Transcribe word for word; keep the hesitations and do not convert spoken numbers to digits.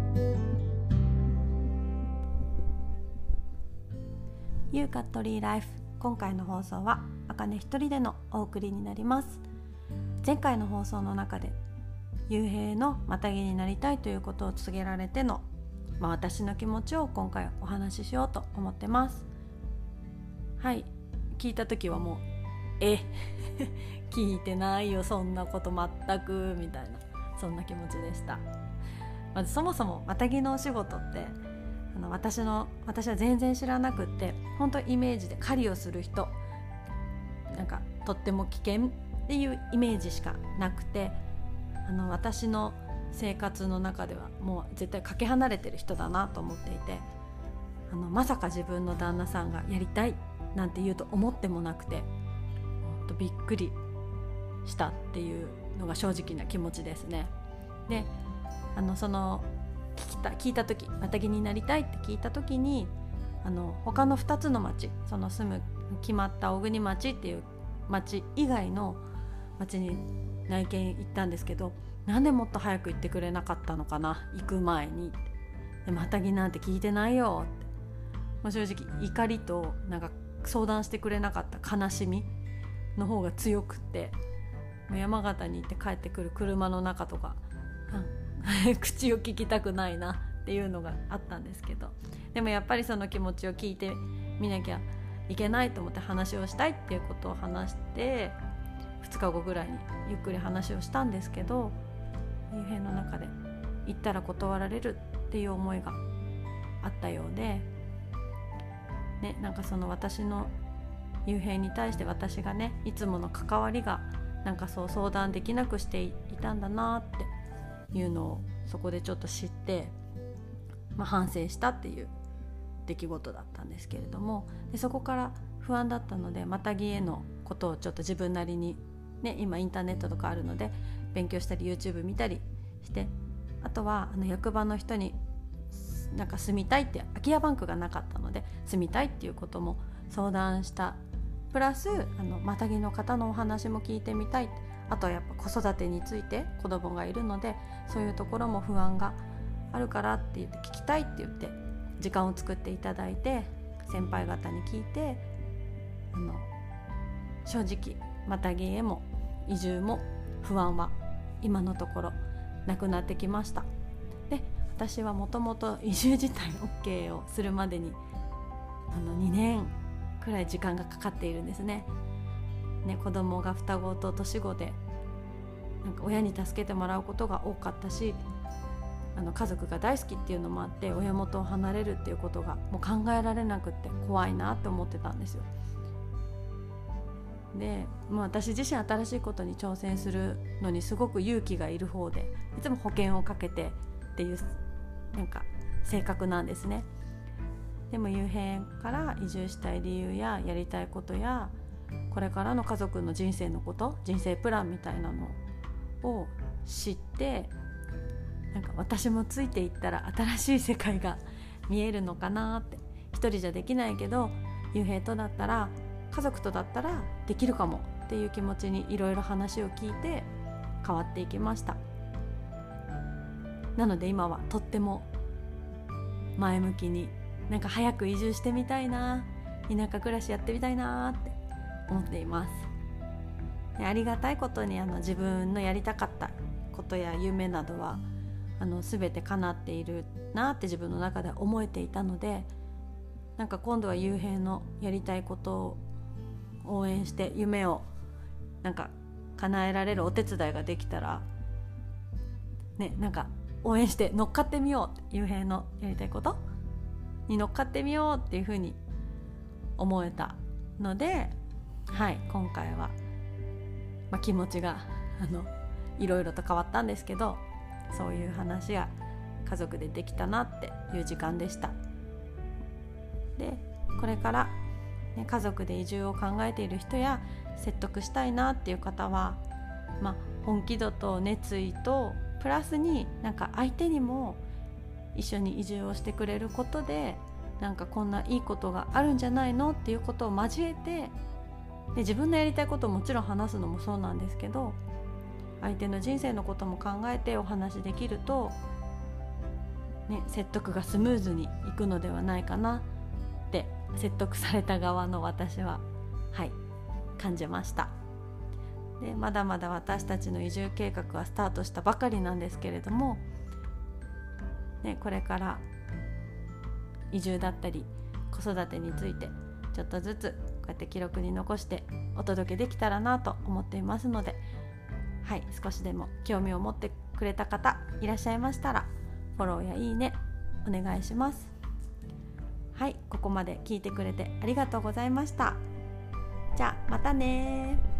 ユーカットリーライフ、今回の放送はあかね一人でのお送りになります。前回の放送の中でゆうへいのまたぎになりたいということを告げられての、まあ、私の気持ちを今回お話ししようと思ってます。はい、聞いた時はもうえ聞いてないよそんなこと全くみたいな、そんな気持ちでした。まずそもそもまたぎのお仕事ってあの 私の私は全然知らなくって、本当イメージで狩りをする人、なんかとっても危険っていうイメージしかなくて、あの私の生活の中ではもう絶対かけ離れてる人だなと思っていて、あのまさか自分の旦那さんがやりたいなんて言うと思ってもなくて、ほんとびっくりしたっていうのが正直な気持ちですね。で、あのその聞いた聞いた時、またぎになりたいって聞いた時に、あの他のふたつの町、その住む決まった小国町っていう町以外の町に内見行ったんですけど、なんでもっと早く行ってくれなかったのかな、行く前に。でまたぎなんて聞いてないよって、もう正直怒りとなんか相談してくれなかった悲しみの方が強くって、山形に行って帰ってくる車の中とか、口を聞きたくないなっていうのがあったんですけど、でもやっぱりその気持ちを聞いてみなきゃいけないと思って話をしたいっていうことを話して、ふつかごぐらいにゆっくり話をしたんですけど、ゆうへいの中で行ったら断られるっていう思いがあったようで、ね、なんかその私のゆうへいに対して私がね、いつもの関わりがなんかそう相談できなくしていたんだなっていうのをそこでちょっと知って、まあ、反省したっていう出来事だったんですけれども、でそこから不安だったので、またぎへのことをちょっと自分なりに、ね、今インターネットとかあるので勉強したり YouTube 見たりして、あとはあの役場の人になんか住みたいって、空き家バンクがなかったので住みたいっていうことも相談した、プラスあのまたぎの方のお話も聞いてみたい、あとはやっぱ子育てについて子供がいるのでそういうところも不安があるからって言って聞きたいって言って時間を作っていただいて、先輩方に聞いて、あの正直またぎへも移住も不安は今のところなくなってきました。で、私はもともと移住自体 OK をするまでにあのにねんくらい時間がかかっているんですね。ね、子供が双子と年子で、なんか親に助けてもらうことが多かったし、あの家族が大好きっていうのもあって親元を離れるっていうことがもう考えられなくって怖いなって思ってたんですよ。で、もう私自身新しいことに挑戦するのにすごく勇気がいる方で、いつも保険をかけてっていうなんか性格なんですね。でもゆうへいから移住したい理由ややりたいことやこれからの家族の人生のこと、人生プランみたいなのを知って、なんか私もついていったら新しい世界が見えるのかなって、一人じゃできないけどゆうへいとだったら、家族とだったらできるかもっていう気持ちにいろいろ話を聞いて変わっていきました。なので今はとっても前向きに、なんか早く移住してみたいな、田舎暮らしやってみたいなって思っています。で、ありがたいことにあの自分のやりたかったことや夢などはあの全て叶っているなって自分の中で思えていたので、なんか今度はゆうへいのやりたいことを応援して夢をなんか叶えられるお手伝いができたらね、なんか応援して乗っかってみよう、ゆうへいのやりたいことに乗っかってみようっていうふうに思えたので、はい、今回は、まあ、気持ちがあのいろいろと変わったんですけど、そういう話が家族でできたなっていう時間でした。で、これから、ね、家族で移住を考えている人や説得したいなっていう方は、まあ、本気度と熱意とプラスになんか相手にも一緒に移住をしてくれることで、なんかこんないいことがあるんじゃないのっていうことを交えて、で自分のやりたいことをもちろん話すのもそうなんですけど、相手の人生のことも考えてお話できると、 ね、説得がスムーズにいくのではないかなって説得された側の私ははい感じました。でまだまだ私たちの移住計画はスタートしたばかりなんですけれども、ね、これから移住だったり子育てについてちょっとずつこうやって記録に残してお届けできたらなと思っていますので、はい、少しでも興味を持ってくれた方いらっしゃいましたらフォローやいいねお願いします。はい、ここまで聞いてくれてありがとうございました。じゃあまたね。